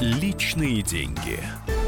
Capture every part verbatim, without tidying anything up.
Личные деньги.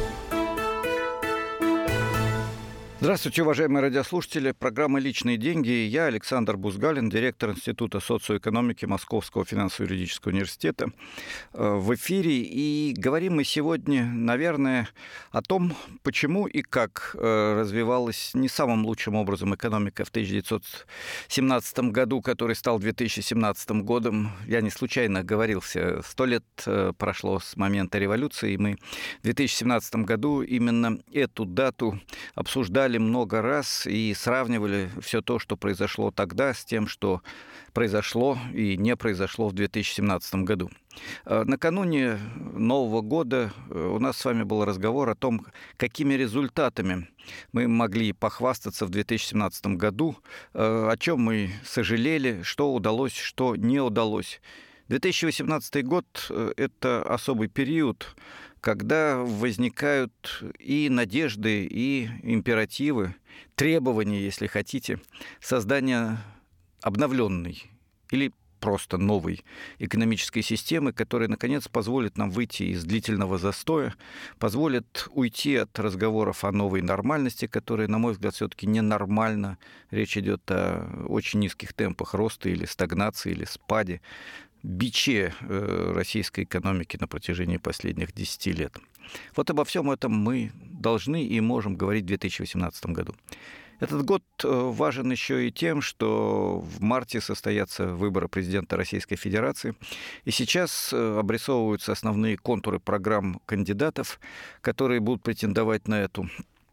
Здравствуйте, уважаемые радиослушатели. Программа «Личные деньги». Я Александр Бузгалин, директор Института социоэкономики Московского финансово-юридического университета в эфире. И говорим мы сегодня, наверное, о том, почему и как развивалась не самым лучшим образом экономика в тысяча девятьсот семнадцатом году, который стал две тысячи семнадцатым годом. Я не случайно оговорился. Сто лет прошло с момента революции, и мы в две тысячи семнадцатом году именно эту дату обсуждали много раз и сравнивали все то, что произошло тогда, с тем, что произошло и не произошло в две тысячи семнадцатом году. Накануне Нового года у нас с вами был разговор о том, какими результатами мы могли похвастаться в две тысячи семнадцатом году, о чем мы сожалели, что удалось, что не удалось. две тысячи восемнадцатый год – это особый период, когда возникают и надежды, и императивы, требования, если хотите, создания обновленной или просто новой экономической системы, которая, наконец, позволит нам выйти из длительного застоя, позволит уйти от разговоров о новой нормальности, которая, на мой взгляд, все-таки ненормальна. Речь идет о очень низких темпах роста или стагнации, или спаде, биче российской экономики на протяжении последних десяти лет. Вот обо всем этом мы должны и можем говорить в две тысячи восемнадцатом году. Этот год важен еще и тем, что в марте состоятся выборы президента Российской Федерации, и сейчас обрисовываются основные контуры программ кандидатов, которые будут претендовать на эту,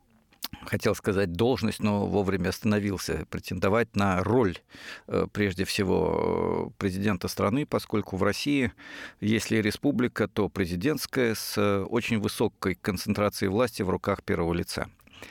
хотел сказать, должность, но вовремя остановился, претендовать на роль, прежде всего, президента страны, поскольку в России, если республика, то президентская, с очень высокой концентрацией власти в руках первого лица.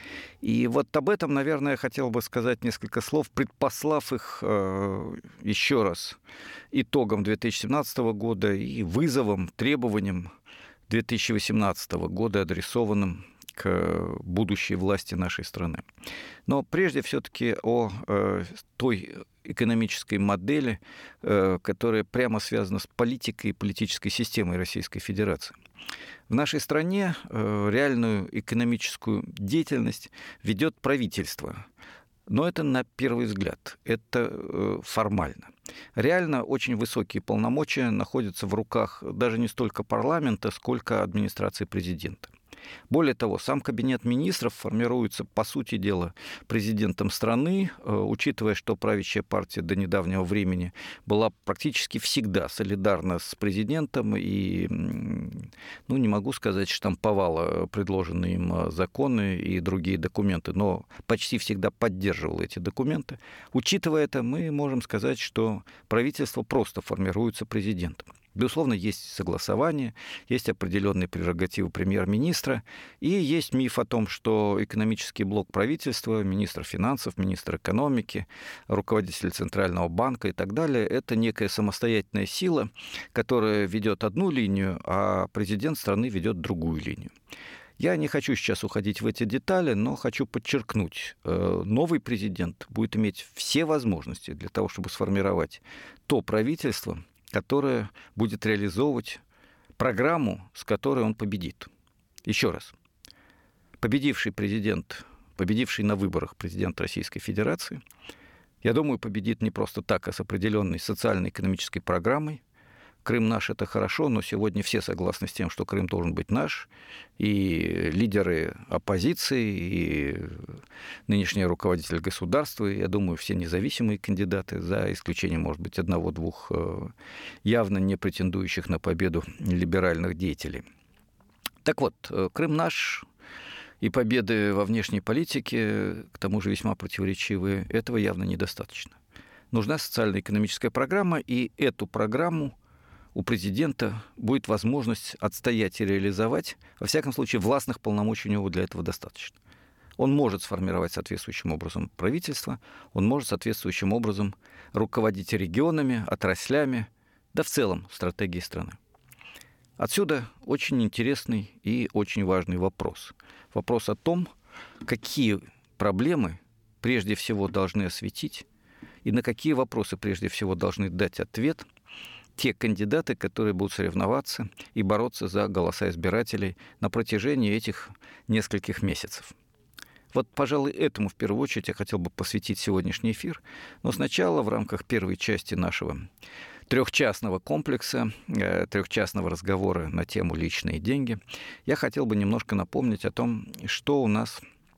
И вот об этом, наверное, я хотел бы сказать несколько слов, предпослав их э, еще раз итогам две тысячи семнадцатого года и вызовом, требованиям две тысячи восемнадцатого года, адресованным к будущей власти нашей страны. Но прежде все-таки о э, той экономической модели, э, которая прямо связана с политикой и политической системой Российской Федерации. В нашей стране э, реальную экономическую деятельность ведет правительство. Но это на первый взгляд, это э, формально. Реально очень высокие полномочия находятся в руках даже не столько парламента, сколько администрации президента. Более того, сам кабинет министров формируется, по сути дела, президентом страны, учитывая, что правящая партия до недавнего времени была практически всегда солидарна с президентом и, ну, не могу сказать, штамповала предложенные им законы и другие документы, но почти всегда поддерживала эти документы. Учитывая это, мы можем сказать, что правительство просто формируется президентом. Безусловно, есть согласование, есть определенные прерогативы премьер-министра, и есть миф о том, что экономический блок правительства, министр финансов, министр экономики, руководитель Центрального банка и так далее, это некая самостоятельная сила, которая ведет одну линию, а президент страны ведет другую линию. Я не хочу сейчас уходить в эти детали, но хочу подчеркнуть, новый президент будет иметь все возможности для того, чтобы сформировать то правительство, которая будет реализовывать программу, с которой он победит. Еще раз. Победивший президент, победивший на выборах президент Российской Федерации, я думаю, победит не просто так, а с определенной социально-экономической программой. Крым наш – это хорошо, но сегодня все согласны с тем, что Крым должен быть наш. И лидеры оппозиции, и нынешний руководитель государства, и, я думаю, все независимые кандидаты, за исключением, может быть, одного-двух явно не претендующих на победу либеральных деятелей. Так вот, Крым наш, и победы во внешней политике, к тому же весьма противоречивые, этого явно недостаточно. Нужна социально-экономическая программа, и эту программу у президента будет возможность отстоять и реализовать. Во всяком случае, властных полномочий у него для этого достаточно. Он может сформировать соответствующим образом правительство, он может соответствующим образом руководить регионами, отраслями, да в целом стратегией страны. Отсюда очень интересный и очень важный вопрос. Вопрос о том, какие проблемы прежде всего должны осветить и на какие вопросы прежде всего должны дать ответ те кандидаты, которые будут соревноваться и бороться за голоса избирателей на протяжении этих нескольких месяцев. Вот, пожалуй, этому в первую очередь я хотел бы посвятить сегодняшний эфир. Но сначала в рамках первой части нашего трехчастного комплекса, трехчастного разговора на тему «Личные деньги», я хотел бы немножко напомнить о том, что у нас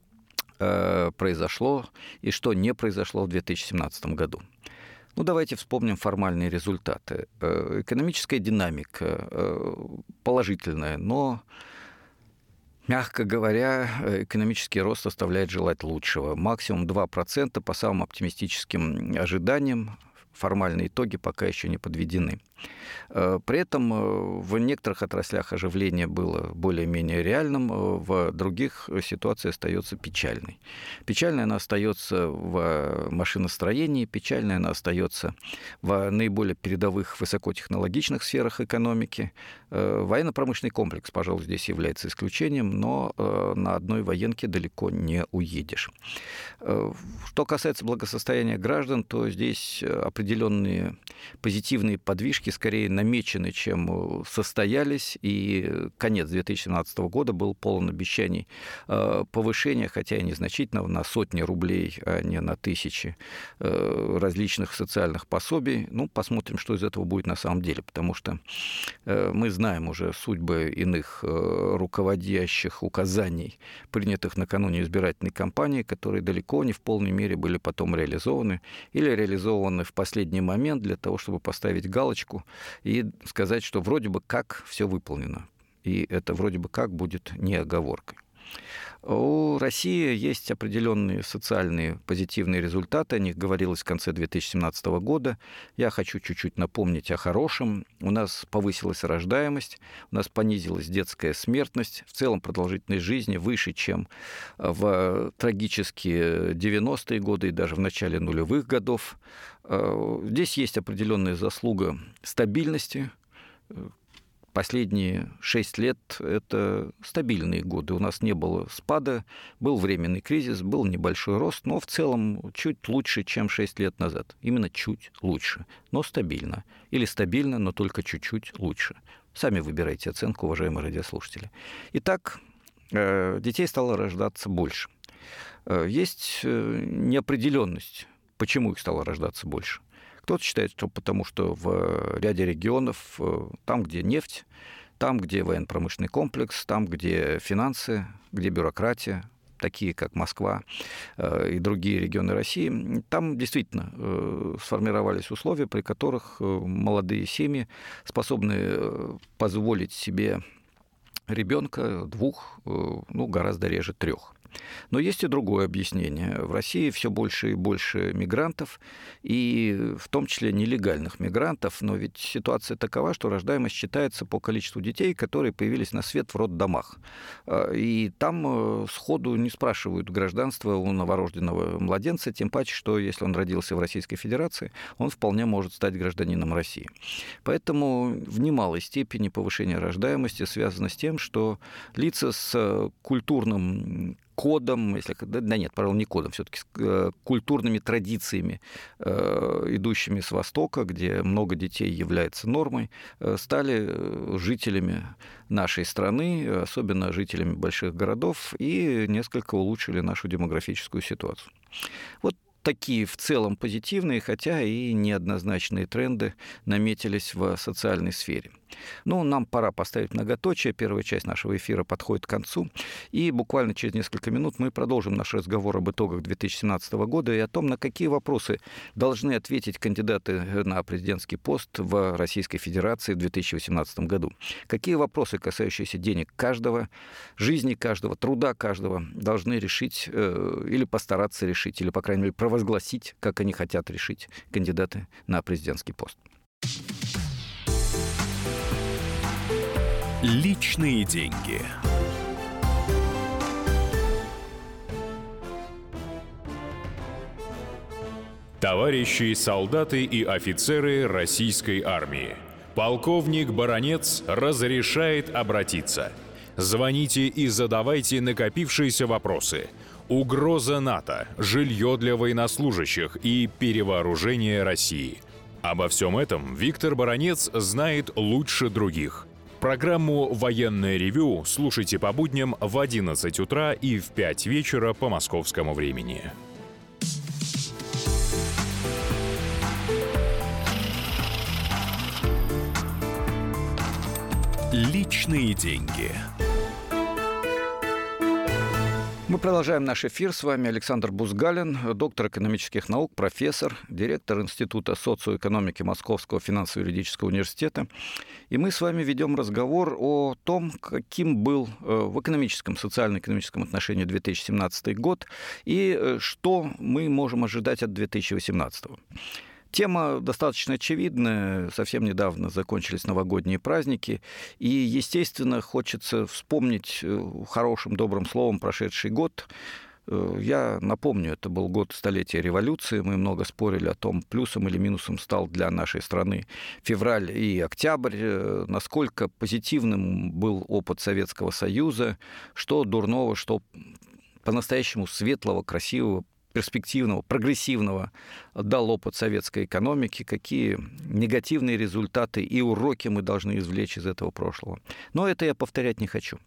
произошло и что не произошло в две тысячи семнадцатом году. Ну, давайте вспомним формальные результаты. Экономическая динамика положительная, но, мягко говоря, экономический рост оставляет желать лучшего. Максимум два процента по самым оптимистическим ожиданиям. Формальные итоги пока еще не подведены. При этом в некоторых отраслях оживление было более-менее реальным, в других ситуация остается печальной. Печальной она остается в машиностроении, печальной она остается в наиболее передовых высокотехнологичных сферах экономики. Военно-промышленный комплекс, пожалуй, здесь является исключением, но на одной военке далеко не уедешь. Что касается благосостояния граждан, то здесь определенные позитивные подвижки скорее намечены, чем состоялись, и конец две тысячи семнадцатого года был полон обещаний повышения, хотя и незначительного, на сотни рублей, а не на тысячи различных социальных пособий. Ну, посмотрим, что из этого будет на самом деле, потому что мы знаем уже судьбы иных руководящих указаний, принятых накануне избирательной кампании, которые далеко не в полной мере были потом реализованы или реализованы в последний момент для того, чтобы поставить галочку и сказать, что вроде бы как все выполнено. И это вроде бы как будет не оговоркой. У России есть определенные социальные позитивные результаты. О них говорилось в конце две тысячи семнадцатого года. Я хочу чуть-чуть напомнить о хорошем. У нас повысилась рождаемость, у нас понизилась детская смертность. В целом продолжительность жизни выше, чем в трагические девяностые годы и даже в начале нулевых годов. Здесь есть определенная заслуга стабильности. Последние шесть лет – это стабильные годы. У нас не было спада, был временный кризис, был небольшой рост, но в целом чуть лучше, чем шесть лет назад. Именно чуть лучше, но стабильно. Или стабильно, но только чуть-чуть лучше. Сами выбирайте оценку, уважаемые радиослушатели. Итак, детей стало рождаться больше. Есть неопределенность, почему их стало рождаться больше. Кто-то считает, что потому что в ряде регионов, там, где нефть, там, где военно-промышленный комплекс, там, где финансы, где бюрократия, такие как Москва и другие регионы России, там действительно сформировались условия, при которых молодые семьи способны позволить себе ребенка двух, ну, гораздо реже трех. Но есть и другое объяснение. В России все больше и больше мигрантов, и в том числе нелегальных мигрантов, но ведь ситуация такова, что рождаемость считается по количеству детей, которые появились на свет в роддомах. И там сходу не спрашивают гражданства у новорожденного младенца, тем паче, что если он родился в Российской Федерации, он вполне может стать гражданином России. Поэтому в немалой степени повышение рождаемости связано с тем, что лица с культурным кодом, если, да нет, пожалуй, не кодом, все-таки с культурными традициями, идущими с Востока, где много детей является нормой, стали жителями нашей страны, особенно жителями больших городов, и несколько улучшили нашу демографическую ситуацию. Вот такие в целом позитивные, хотя и неоднозначные тренды наметились в социальной сфере. Ну, нам пора поставить многоточие. Первая часть нашего эфира подходит к концу. И буквально через несколько минут мы продолжим наш разговор об итогах две тысячи семнадцатого года и о том, на какие вопросы должны ответить кандидаты на президентский пост в Российской Федерации в две тысячи восемнадцатом году. Какие вопросы, касающиеся денег каждого, жизни каждого, труда каждого, должны решить э, или постараться решить, или, по крайней мере, провозгласить, как они хотят решить кандидаты на президентский пост. Личные деньги. Товарищи солдаты и офицеры российской армии, полковник Баранец разрешает обратиться. Звоните и задавайте накопившиеся вопросы. Угроза НАТО, жилье для военнослужащих и перевооружение России. Обо всем этом Виктор Баранец знает лучше других. Программу «Военное ревю» слушайте по будням в одиннадцать утра и в пять вечера по московскому времени. Личные деньги. Мы продолжаем наш эфир. С вами Александр Бузгалин, доктор экономических наук, профессор, директор Института социоэкономики Московского финансово-юридического университета. И мы с вами ведем разговор о том, каким был в экономическом, социально-экономическом отношении две тысячи семнадцатый год и что мы можем ожидать от две тысячи восемнадцатого. Тема достаточно очевидная. Совсем недавно закончились новогодние праздники. И, естественно, хочется вспомнить хорошим, добрым словом прошедший год. Я напомню, это был год столетия революции. Мы много спорили о том, плюсом или минусом стал для нашей страны февраль и октябрь, насколько позитивным был опыт Советского Союза, что дурного, что по-настоящему светлого, красивого, перспективного, прогрессивного дал опыт советской экономики, какие негативные результаты и уроки мы должны извлечь из этого прошлого. Но это я повторять не хочу.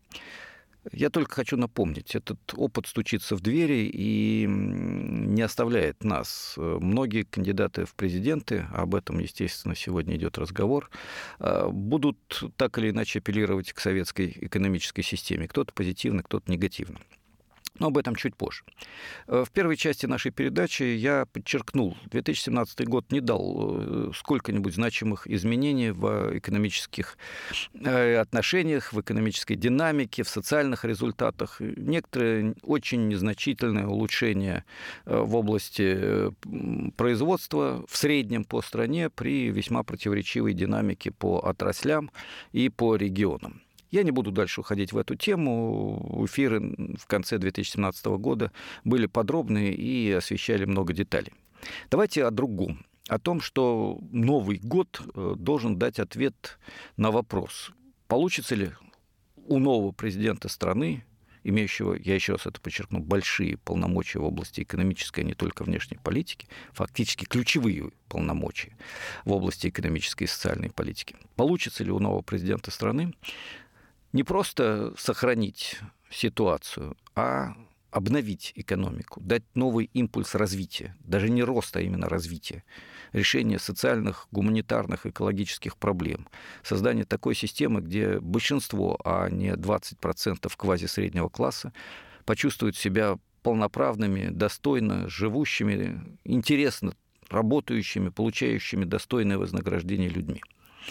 Я только хочу напомнить, этот опыт стучится в двери и не оставляет нас. Многие кандидаты в президенты, об этом, естественно, сегодня идет разговор, будут так или иначе апеллировать к советской экономической системе. Кто-то позитивно, кто-то негативно. Но об этом чуть позже. В первой части нашей передачи я подчеркнул, две тысячи семнадцатый год не дал сколько-нибудь значимых изменений в экономических отношениях, в экономической динамике, в социальных результатах. Некоторые очень незначительные улучшения в области производства в среднем по стране при весьма противоречивой динамике по отраслям и по регионам. Я не буду дальше уходить в эту тему. Эфиры в конце две тысячи семнадцатого года были подробные и освещали много деталей. Давайте о другом. О том, что Новый год должен дать ответ на вопрос, получится ли у нового президента страны, имеющего, я еще раз это подчеркну, большие полномочия в области экономической, а не только внешней политики, фактически ключевые полномочия в области экономической и социальной политики, получится ли у нового президента страны не просто сохранить ситуацию, а обновить экономику, дать новый импульс развития, даже не роста, а именно развития, решения социальных, гуманитарных, экологических проблем, создание такой системы, где большинство, а не двадцать процентов квазисреднего класса, почувствуют себя полноправными, достойно живущими, интересно работающими, получающими достойное вознаграждение людьми.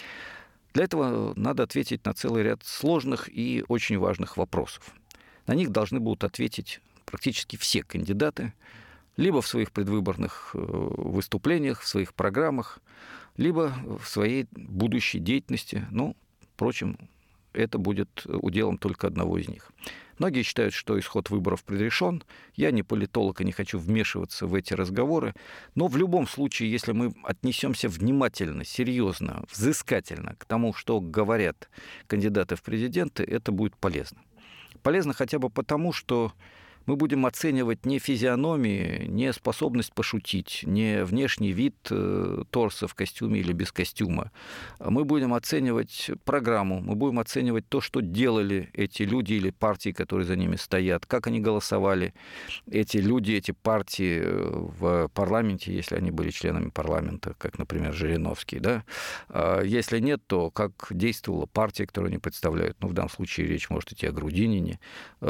Для этого надо ответить на целый ряд сложных и очень важных вопросов. На них должны будут ответить практически все кандидаты, либо в своих предвыборных выступлениях, в своих программах, либо в своей будущей деятельности. Ну, впрочем, это будет уделом только одного из них. Многие считают, что исход выборов предрешен. Я не политолог и не хочу вмешиваться в эти разговоры. Но в любом случае, если мы отнесемся внимательно, серьезно, взыскательно к тому, что говорят кандидаты в президенты, это будет полезно. Полезно хотя бы потому, что мы будем оценивать не физиономии, не способность пошутить, не внешний вид торса в костюме или без костюма. Мы будем оценивать программу, мы будем оценивать то, что делали эти люди или партии, которые за ними стоят, как они голосовали, эти люди, эти партии в парламенте, если они были членами парламента, как, например, Жириновский. Да? Если нет, то как действовала партия, которую они представляют. Ну, в данном случае речь может идти о Грудинине.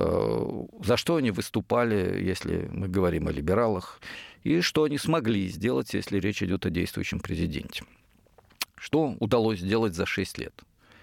За что они выступали? выступали, если мы говорим о либералах, и что они смогли сделать, если речь идет о действующем президенте. Что удалось сделать за шесть лет?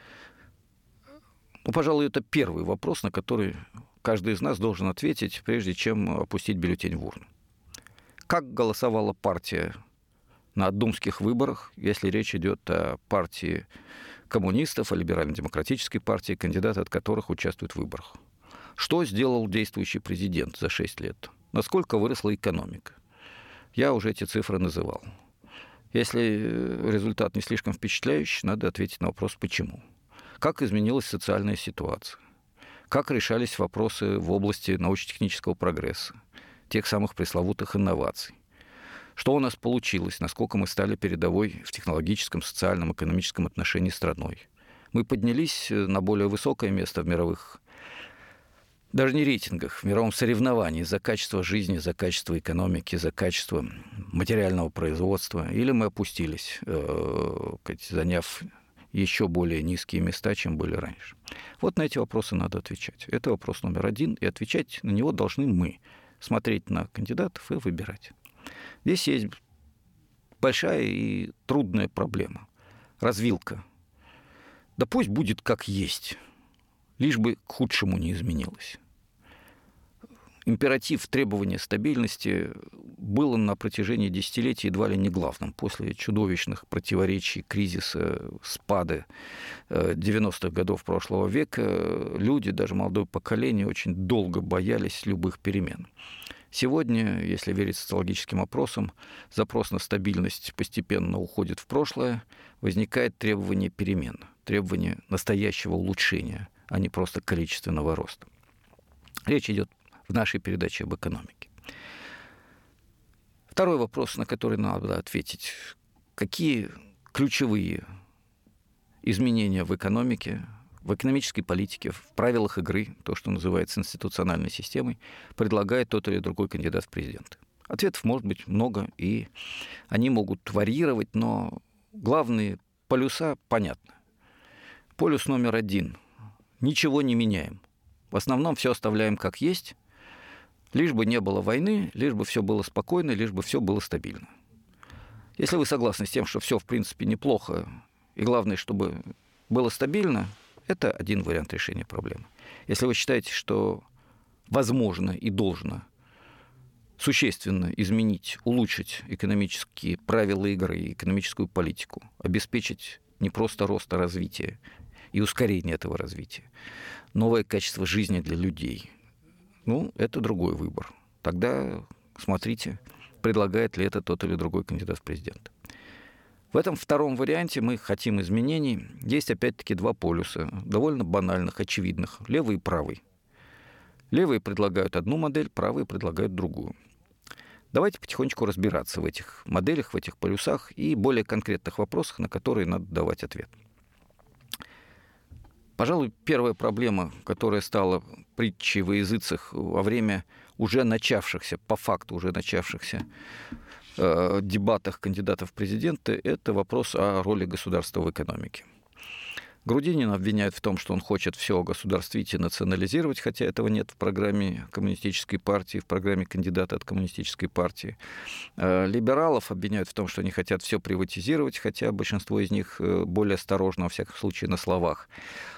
Ну, пожалуй, это первый вопрос, на который каждый из нас должен ответить, прежде чем опустить бюллетень в урну. Как голосовала партия на думских выборах, если речь идет о партии коммунистов, о либерально-демократической партии, кандидаты от которых участвуют в выборах? Что сделал действующий президент за шесть лет? Насколько выросла экономика? Я уже эти цифры называл. Если результат не слишком впечатляющий, надо ответить на вопрос «почему?». Как изменилась социальная ситуация? Как решались вопросы в области научно-технического прогресса, тех самых пресловутых инноваций? Что у нас получилось, насколько мы стали передовой в технологическом, социальном, экономическом отношении страной. Мы поднялись на более высокое место в мировых, даже не рейтингах, в мировом соревновании за качество жизни, за качество экономики, за качество материального производства. Или мы опустились, заняв еще более низкие места, чем были раньше. Вот на эти вопросы надо отвечать. Это вопрос номер один, и отвечать на него должны мы. Смотреть на кандидатов и выбирать. Здесь есть большая и трудная проблема. Развилка. Да пусть будет как есть, лишь бы к худшему не изменилось. Императив требования стабильности был на протяжении десятилетий едва ли не главным. После чудовищных противоречий, кризиса, спада девяностых годов прошлого века люди, даже молодое поколение, очень долго боялись любых перемен. Сегодня, если верить социологическим опросам, запрос на стабильность постепенно уходит в прошлое, возникает требование перемен, требование настоящего улучшения, а не просто количественного роста. Речь идет в нашей передаче об экономике. Второй вопрос, на который надо ответить. Какие ключевые изменения в экономике, в экономической политике, в правилах игры, то, что называется институциональной системой, предлагает тот или другой кандидат в президенты? Ответов может быть много, и они могут варьировать, но главные полюса понятны. Полюс номер один. Ничего не меняем. В основном все оставляем как есть, лишь бы не было войны, лишь бы все было спокойно, лишь бы все было стабильно. Если вы согласны с тем, что все в принципе неплохо, и главное, чтобы было стабильно, это один вариант решения проблемы. Если вы считаете, что возможно и должно существенно изменить, улучшить экономические правила игры и экономическую политику, обеспечить не просто рост, а развитие и ускорение этого развития, новое качество жизни для людей, ну, это другой выбор. Тогда смотрите, предлагает ли это тот или другой кандидат в президенты. В этом втором варианте мы хотим изменений. Есть опять-таки два полюса, довольно банальных, очевидных, левый и правый. Левые предлагают одну модель, правые предлагают другую. Давайте потихонечку разбираться в этих моделях, в этих полюсах и более конкретных вопросах, на которые надо давать ответ. Пожалуй, первая проблема, которая стала притчей во языцах во время уже начавшихся, по факту уже начавшихся э, дебатах кандидатов в президенты, это вопрос о роли государства в экономике. Грудинин обвиняет в том, что он хочет все огосударствить и национализировать, хотя этого нет в программе коммунистической партии, в программе кандидата от коммунистической партии. Либералов обвиняют в том, что они хотят все приватизировать, хотя большинство из них более осторожно, во всяком случае, на словах.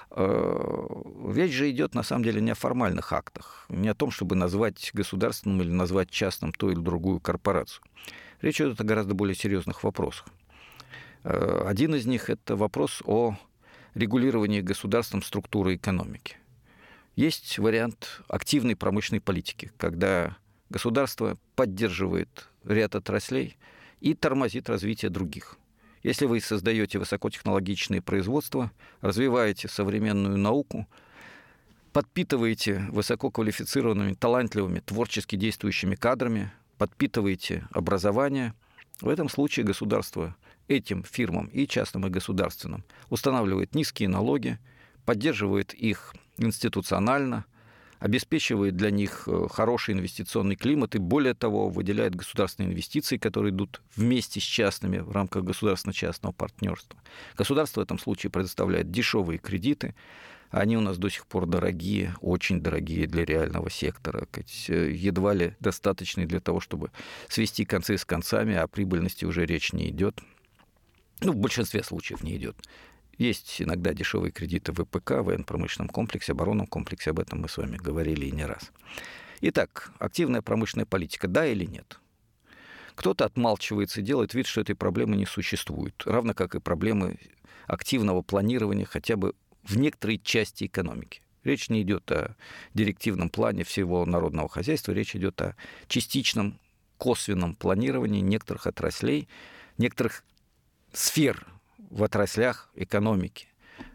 Речь же идет, на самом деле, не о формальных актах, не о том, чтобы назвать государственным или назвать частным ту или другую корпорацию. Речь идет о гораздо более серьезных вопросах. Один из них – это вопрос о регулирование государством структуры экономики. Есть вариант активной промышленной политики, когда государство поддерживает ряд отраслей и тормозит развитие других. Если вы создаете высокотехнологичные производства, развиваете современную науку, подпитываете высококвалифицированными, талантливыми, творчески действующими кадрами, подпитываете образование, в этом случае государство этим фирмам, и частным, и государственным, устанавливает низкие налоги, поддерживает их институционально, обеспечивает для них хороший инвестиционный климат и, более того, выделяет государственные инвестиции, которые идут вместе с частными в рамках государственно-частного партнерства. Государство в этом случае предоставляет дешевые кредиты, они у нас до сих пор дорогие, очень дорогие для реального сектора, едва ли достаточные для того, чтобы свести концы с концами, а о прибыльности уже речь не идет. Ну, в большинстве случаев не идет. Есть иногда дешевые кредиты в ВПК, в военно-промышленном комплексе, оборонном комплексе, об этом мы с вами говорили и не раз. Итак, активная промышленная политика, да или нет? Кто-то отмалчивается и делает вид, что этой проблемы не существует, равно как и проблемы активного планирования хотя бы в некоторой части экономики. Речь не идет о директивном плане всего народного хозяйства, речь идет о частичном косвенном планировании некоторых отраслей, некоторых сфер в отраслях экономики,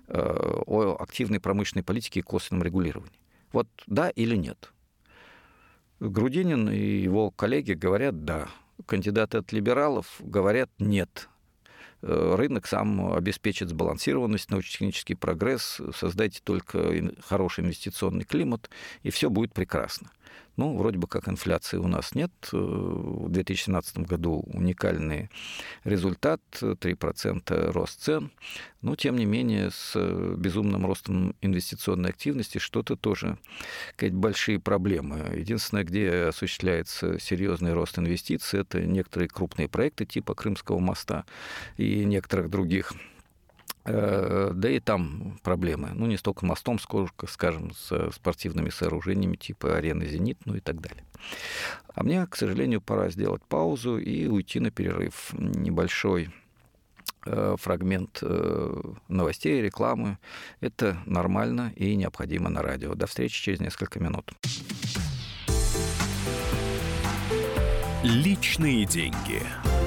о активной промышленной политике и косвенном регулировании. Вот да или нет? Грудинин и его коллеги говорят «да». кандидаты от либералов говорят «нет». Рынок сам обеспечит сбалансированность, научно-технический прогресс, создайте только хороший инвестиционный климат, и все будет прекрасно. Ну, вроде бы как инфляции у нас нет. В две тысячи семнадцатом году уникальный результат, три процента рост цен. Но, тем не менее, с безумным ростом инвестиционной активности что-то тоже, какие-то большие проблемы. Единственное, где осуществляется серьезный рост инвестиций, это некоторые крупные проекты типа Крымского моста и некоторых других. Да и там проблемы. Ну, не столько мостом, сколько, скажем, с спортивными сооружениями типа арены «Зенит», ну и так далее. А мне, к сожалению, пора сделать паузу и уйти на перерыв. Небольшой фрагмент новостей, рекламы. Это нормально и необходимо на радио. До встречи через несколько минут. Личные деньги.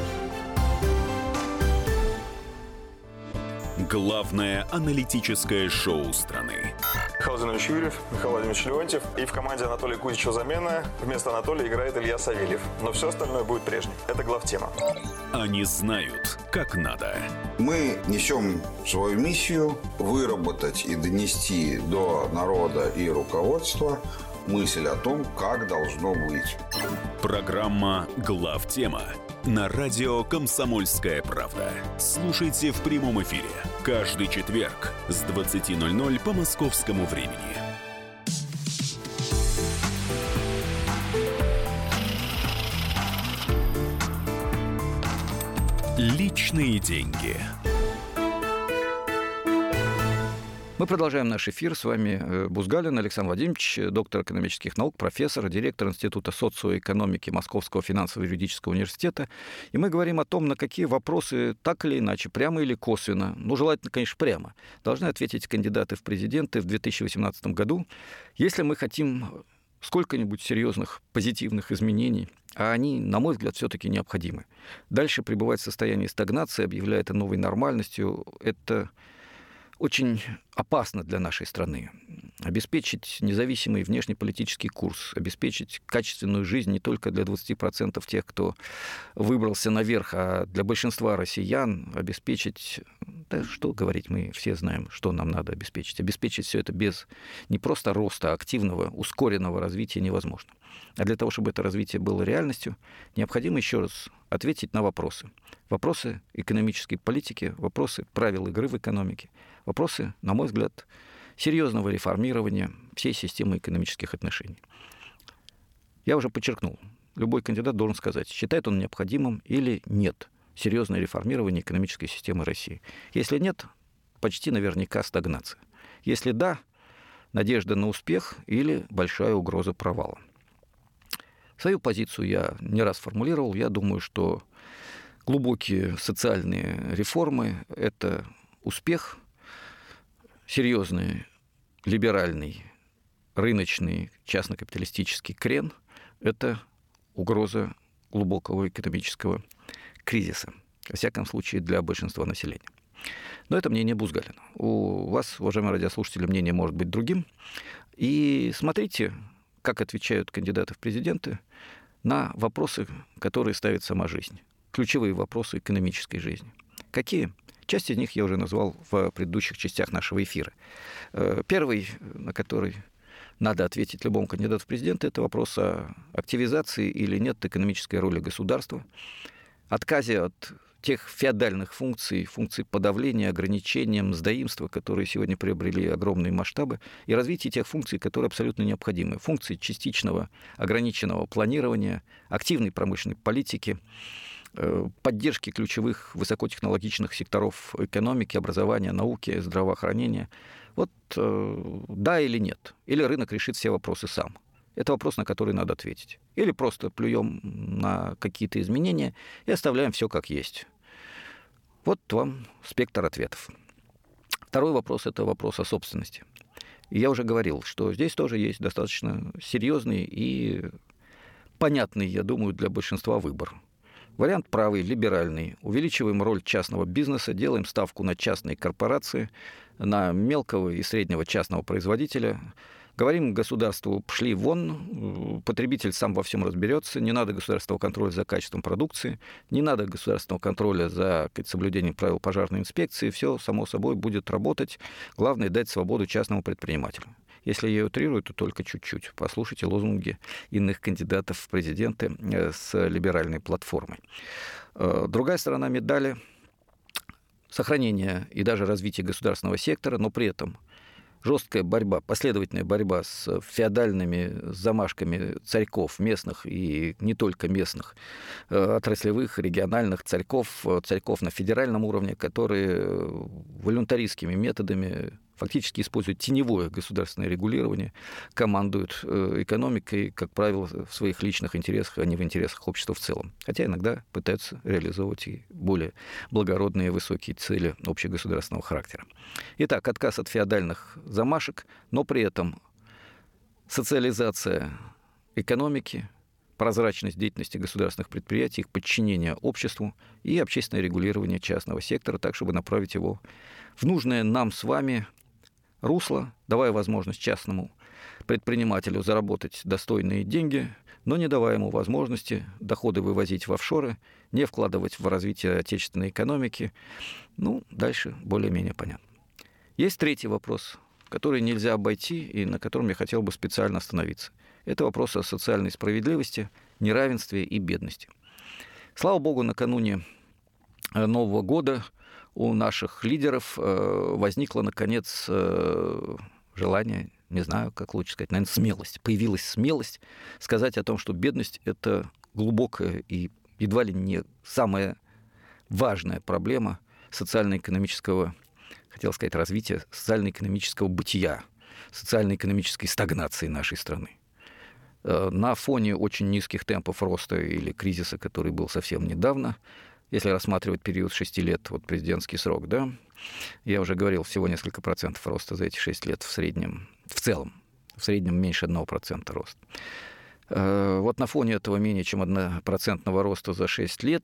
Главное аналитическое шоу страны. Михаил Зинович Юрьев, Михаил Владимирович Леонтьев. И в команде Анатолия Кузичева замена. Вместо Анатолия играет Илья Савельев. Но все остальное будет прежним. Это главтема. Они знают, как надо. Мы несем свою миссию выработать и донести до народа и руководства мысль о том, как должно быть. Программа «Главтема» на радио «Комсомольская правда». Слушайте в прямом эфире каждый четверг с двадцати ноль-ноль по московскому времени. Личные деньги. Мы продолжаем наш эфир. С вами Бузгалин Александр Владимирович, доктор экономических наук, профессор, директор Института социоэкономики Московского финансово-юридического университета. И мы говорим о том, на какие вопросы так или иначе, прямо или косвенно, ну, желательно, конечно, прямо, должны ответить кандидаты в президенты в две тысячи восемнадцатом году, если мы хотим сколько-нибудь серьезных позитивных изменений, а они, на мой взгляд, все-таки необходимы. Дальше пребывать в состоянии стагнации, объявляя это новой нормальностью, это очень опасно для нашей страны. Обеспечить независимый внешнеполитический курс, обеспечить качественную жизнь не только для двадцати процентов тех, кто выбрался наверх, а для большинства россиян обеспечить, да что говорить, мы все знаем, что нам надо обеспечить. Обеспечить все это без не просто роста, а активного, ускоренного развития невозможно. А для того, чтобы это развитие было реальностью, необходимо еще раз ответить на вопросы. Вопросы экономической политики, вопросы правил игры в экономике, вопросы, на мой взгляд, серьезного реформирования всей системы экономических отношений. Я уже подчеркнул, любой кандидат должен сказать, считает он необходимым или нет серьезное реформирование экономической системы России. Если нет, почти наверняка стагнация. Если да, надежда на успех или большая угроза провала. Свою позицию я не раз формулировал. Я думаю, что глубокие социальные реформы – это успех, серьезный либеральный, рыночный, частно-капиталистический крен – это угроза глубокого экономического кризиса, во всяком случае для большинства населения. Но это мнение Бузгалина. У вас, уважаемые радиослушатели, мнение может быть другим. И смотрите, как отвечают кандидаты в президенты на вопросы, которые ставит сама жизнь. Ключевые вопросы экономической жизни. Какие? Часть из них я уже назвал в предыдущих частях нашего эфира. Первый, на который надо ответить любому кандидату в президенты, это вопрос о активизации или нет экономической роли государства, отказе от тех феодальных функций, функций подавления, ограничения, мздоимства, которые сегодня приобрели огромные масштабы, и развитие тех функций, которые абсолютно необходимы. Функции частичного ограниченного планирования, активной промышленной политики, поддержки ключевых высокотехнологичных секторов экономики, образования, науки, здравоохранения. Вот да или нет. Или рынок решит все вопросы сам. Это вопрос, на который надо ответить. Или просто плюем на какие-то изменения и оставляем все как есть. Вот вам спектр ответов. Второй вопрос – это вопрос о собственности. И я уже говорил, что здесь тоже есть достаточно серьезный и понятный, я думаю, для большинства выбор. Вариант правый, либеральный. Увеличиваем роль частного бизнеса, делаем ставку на частные корпорации, на мелкого и среднего частного производителя, Говорим государству: пошли вон, потребитель сам во всем разберется, не надо государственного контроля за качеством продукции, не надо государственного контроля за соблюдением правил пожарной инспекции, все само собой будет работать. Главное — дать свободу частному предпринимателю. Если я утрирую, то только чуть-чуть. Послушайте лозунги иных кандидатов в президенты с либеральной платформой. Другая сторона медали — сохранение и даже развитие государственного сектора, но при этом жесткая борьба, последовательная борьба с феодальными замашками царьков местных и не только местных, отраслевых, региональных царьков, царьков на федеральном уровне, которые волюнтаристскими методами фактически используют теневое государственное регулирование, командуют экономикой, как правило, в своих личных интересах, а не в интересах общества в целом. Хотя иногда пытаются реализовывать и более благородные высокие цели общегосударственного характера. Итак, отказ от феодальных замашек, но при этом социализация экономики, прозрачность деятельности государственных предприятий, их подчинение обществу и общественное регулирование частного сектора, так, чтобы направить его в нужное нам с вами русло, давая возможность частному предпринимателю заработать достойные деньги, но не давая ему возможности доходы вывозить в офшоры, не вкладывать в развитие отечественной экономики. Ну, дальше более-менее понятно. Есть третий вопрос, который нельзя обойти и на котором я хотел бы специально остановиться. Это вопрос о социальной справедливости, неравенстве и бедности. Слава богу, накануне Нового года у наших лидеров возникло, наконец, желание, не знаю, как лучше сказать, наверное, смелость. Появилась смелость сказать о том, что бедность — это глубокая и едва ли не самая важная проблема социально-экономического, хотел сказать, развития, социально-экономического бытия, социально-экономической стагнации нашей страны. На фоне очень низких темпов роста или кризиса, который был совсем недавно, если рассматривать период шести лет, вот президентский срок, да, я уже говорил, всего несколько процентов роста за эти шесть лет в среднем, в целом, в среднем меньше одного процента роста. Вот на фоне этого менее чем однопроцентного роста за шесть лет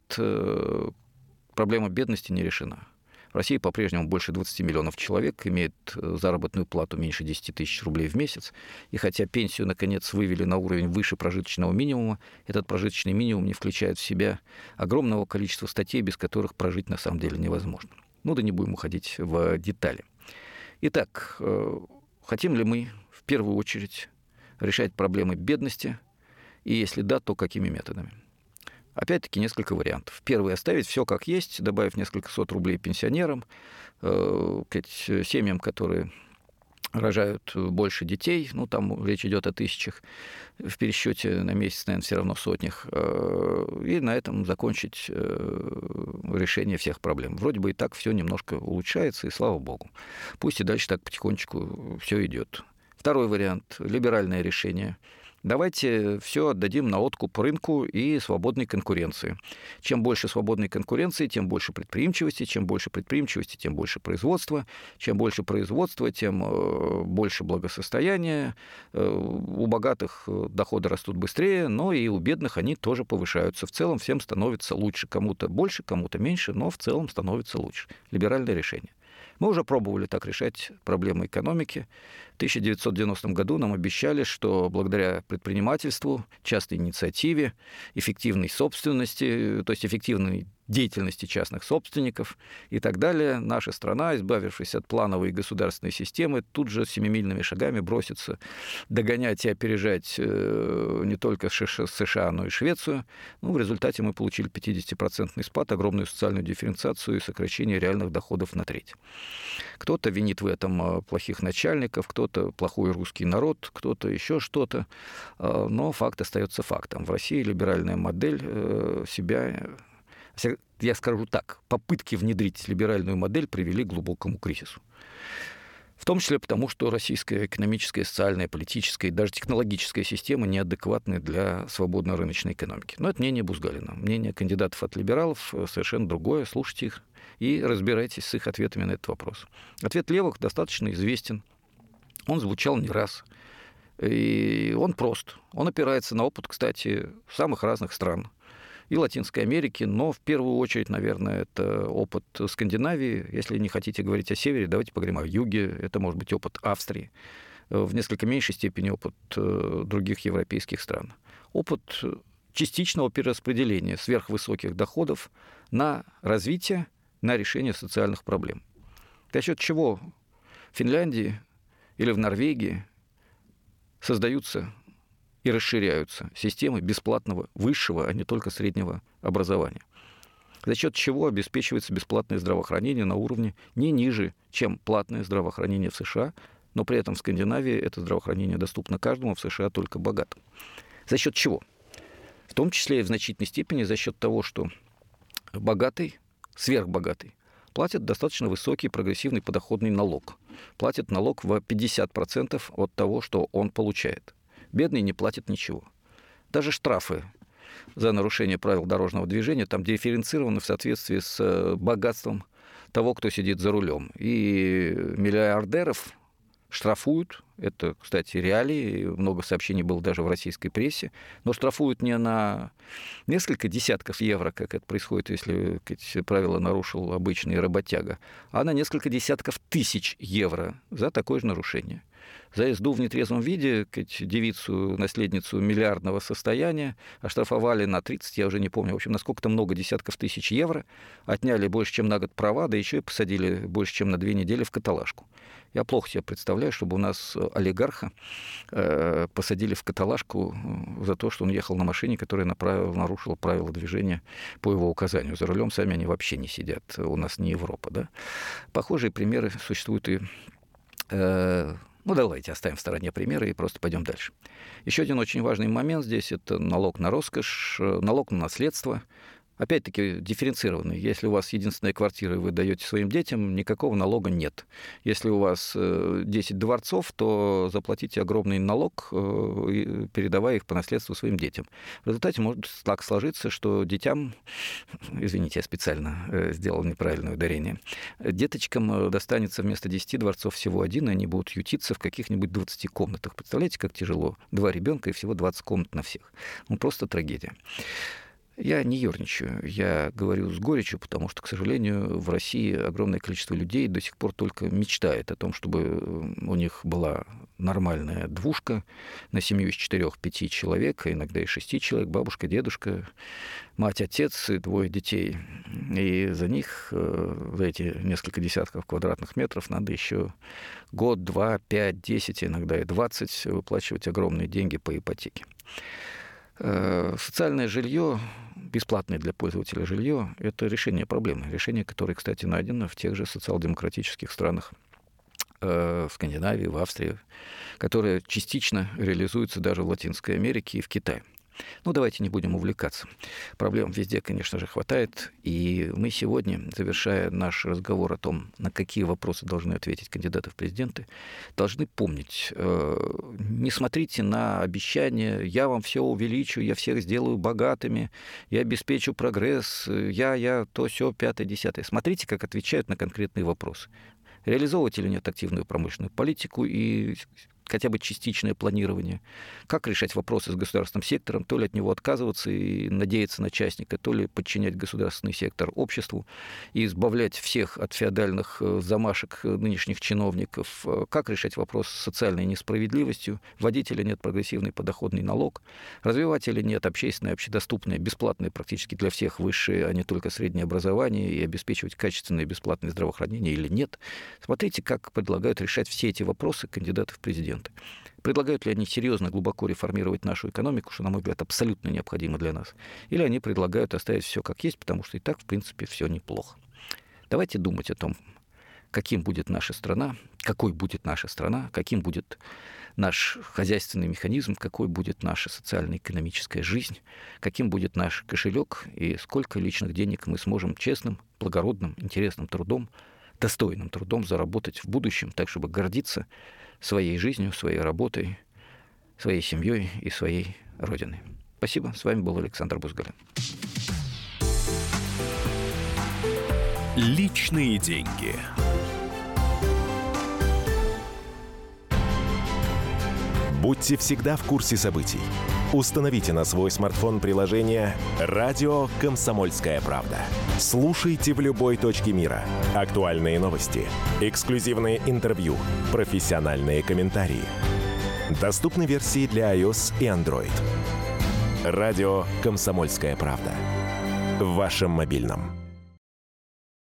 проблема бедности не решена. В России по-прежнему больше двадцати миллионов человек имеет заработную плату меньше десяти тысяч рублей в месяц. И хотя пенсию, наконец, вывели на уровень выше прожиточного минимума, этот прожиточный минимум не включает в себя огромного количества статей, без которых прожить на самом деле невозможно. Ну да не будем уходить в детали. Итак, хотим ли мы в первую очередь решать проблемы бедности? И если да, то какими методами? Опять-таки несколько вариантов. Первый — оставить все как есть, добавив несколько сот рублей пенсионерам, э, семьям, которые рожают больше детей, ну, там речь идет о тысячах, в пересчете на месяц, наверное, все равно сотнях, э, и на этом закончить э, решение всех проблем. Вроде бы и так все немножко улучшается, и слава богу. Пусть и дальше так потихонечку все идет. Второй вариант — либеральное решение. Давайте все отдадим на откуп рынку и свободной конкуренции. Чем больше свободной конкуренции, тем больше предприимчивости. Чем больше предприимчивости, тем больше производства. Чем больше производства, тем больше благосостояния. У богатых доходы растут быстрее, но и у бедных они тоже повышаются. В целом всем становится лучше. Кому-то больше, кому-то меньше, но в целом становится лучше. Либеральное решение. Мы уже пробовали так решать проблемы экономики. В тысяча девятьсот девяностом году нам обещали, что благодаря предпринимательству, частной инициативе, эффективной собственности, то есть эффективной деятельности частных собственников и так далее, наша страна, избавившись от плановой государственной системы, тут же семимильными шагами бросится догонять и опережать не только США, но и Швецию. Ну, в результате мы получили пятидесятипроцентный спад, огромную социальную дифференциацию и сокращение реальных доходов на треть. Кто-то винит в этом плохих начальников, кто-то плохой русский народ, кто-то еще что-то, но факт остается фактом. В России либеральная модель себя... Я скажу так, попытки внедрить либеральную модель привели к глубокому кризису. В том числе потому, что российская экономическая, социальная, политическая и даже технологическая система неадекватны для свободной рыночной экономики. Но это мнение Бузгалина. Мнение кандидатов от либералов совершенно другое. Слушайте их и разбирайтесь с их ответами на этот вопрос. Ответ левых достаточно известен. Он звучал не раз. И он прост. Он опирается на опыт, кстати, самых разных стран. И Латинской Америки, но в первую очередь, наверное, это опыт Скандинавии. Если не хотите говорить о севере, давайте поговорим о юге. Это может быть опыт Австрии, в несколько меньшей степени опыт других европейских стран. Опыт частичного перераспределения сверхвысоких доходов на развитие, на решение социальных проблем. За счет чего в Финляндии или в Норвегии создаются и расширяются системы бесплатного высшего, а не только среднего образования. За счет чего обеспечивается бесплатное здравоохранение на уровне не ниже, чем платное здравоохранение в США, но при этом в Скандинавии это здравоохранение доступно каждому, в США только богатым. За счет чего? В том числе и в значительной степени за счет того, что богатый, сверхбогатый, платит достаточно высокий прогрессивный подоходный налог. Платит налог в пятьдесят процентов от того, что он получает. Бедный не платит ничего. Даже штрафы за нарушение правил дорожного движения там дифференцированы в соответствии с богатством того, кто сидит за рулем. И миллиардеров штрафуют, это, кстати, реалии, много сообщений было даже в российской прессе, но штрафуют не на несколько десятков евро, как это происходит, если эти правила нарушил обычный работяга, а на несколько десятков тысяч евро за такое же нарушение. За езду в нетрезвом виде девицу, наследницу миллиардного состояния, оштрафовали на тридцать, я уже не помню, в общем, на сколько-то много десятков тысяч евро, отняли больше, чем на год права, да еще и посадили больше, чем на две недели в каталажку. Я плохо себе представляю, чтобы у нас олигарха э, посадили в каталажку за то, что он ехал на машине, которая направила, нарушила правила движения по его указанию. За рулем сами они вообще не сидят. У нас не Европа, да? Похожие примеры существуют и... Э, ну, давайте оставим в стороне примеры и просто пойдем дальше. Еще один очень важный момент здесь – это налог на роскошь, налог на наследство. Опять-таки дифференцированный. Если у вас единственная квартира, и вы даете своим детям, никакого налога нет. Если у вас десять дворцов, то заплатите огромный налог, передавая их по наследству своим детям. В результате может так сложиться, что детям, извините, я специально сделал неправильное ударение, деточкам достанется вместо десяти дворцов всего один, и они будут ютиться в каких-нибудь двадцати комнатах. Представляете, как тяжело? Два ребенка и всего двадцать комнат на всех. Ну, просто трагедия. Я не ерничаю, я говорю с горечью, потому что, к сожалению, в России огромное количество людей до сих пор только мечтает о том, чтобы у них была нормальная двушка на семью из четырех-пяти человек, а иногда и шести человек, бабушка, дедушка, мать, отец и двое детей. И за них, за эти несколько десятков квадратных метров, надо еще год, два, пять, десять, иногда и двадцать выплачивать огромные деньги по ипотеке. Социальное жилье, бесплатное для пользователя жилье, это решение проблемы. Решение, которое, кстати, найдено в тех же социал-демократических странах, в Скандинавии, в Австрии, которое частично реализуется даже в Латинской Америке и в Китае. Ну, давайте не будем увлекаться. Проблем везде, конечно же, хватает. И мы сегодня, завершая наш разговор о том, на какие вопросы должны ответить кандидаты в президенты, должны помнить, э, не смотрите на обещания «я вам все увеличу, я всех сделаю богатыми, я обеспечу прогресс, я, я, то, сё, пятое, десятое». Смотрите, как отвечают на конкретные вопросы. Реализовывать или нет активную промышленную политику и хотя бы частичное планирование, как решать вопросы с государственным сектором, то ли от него отказываться и надеяться на частника, то ли подчинять государственный сектор обществу и избавлять всех от феодальных замашек нынешних чиновников, как решать вопрос с социальной несправедливостью, вводить или нет прогрессивный подоходный налог, развивать или нет общественное, общедоступное, бесплатное практически для всех высшее, а не только среднее образование, и обеспечивать качественное бесплатное здравоохранение или нет. Смотрите, как предлагают решать все эти вопросы кандидаты в президенты. Предлагают ли они серьезно, глубоко реформировать нашу экономику, что, на мой взгляд, абсолютно необходимо для нас, или они предлагают оставить все как есть, потому что и так, в принципе, все неплохо. Давайте думать о том, каким будет наша страна, какой будет наша страна, каким будет наш хозяйственный механизм, какой будет наша социально-экономическая жизнь, каким будет наш кошелек и сколько личных денег мы сможем честным, благородным, интересным трудом, достойным трудом заработать в будущем, так, чтобы гордиться своей жизнью, своей работой, своей семьей и своей родиной. Спасибо. С вами был Александр Бузгалин. Личные деньги. Будьте всегда в курсе событий. Установите на свой смартфон приложение «Радио Комсомольская правда». Слушайте в любой точке мира. Актуальные новости, эксклюзивные интервью, профессиональные комментарии. Доступны версии для iOS и Android. «Радио Комсомольская правда». В вашем мобильном.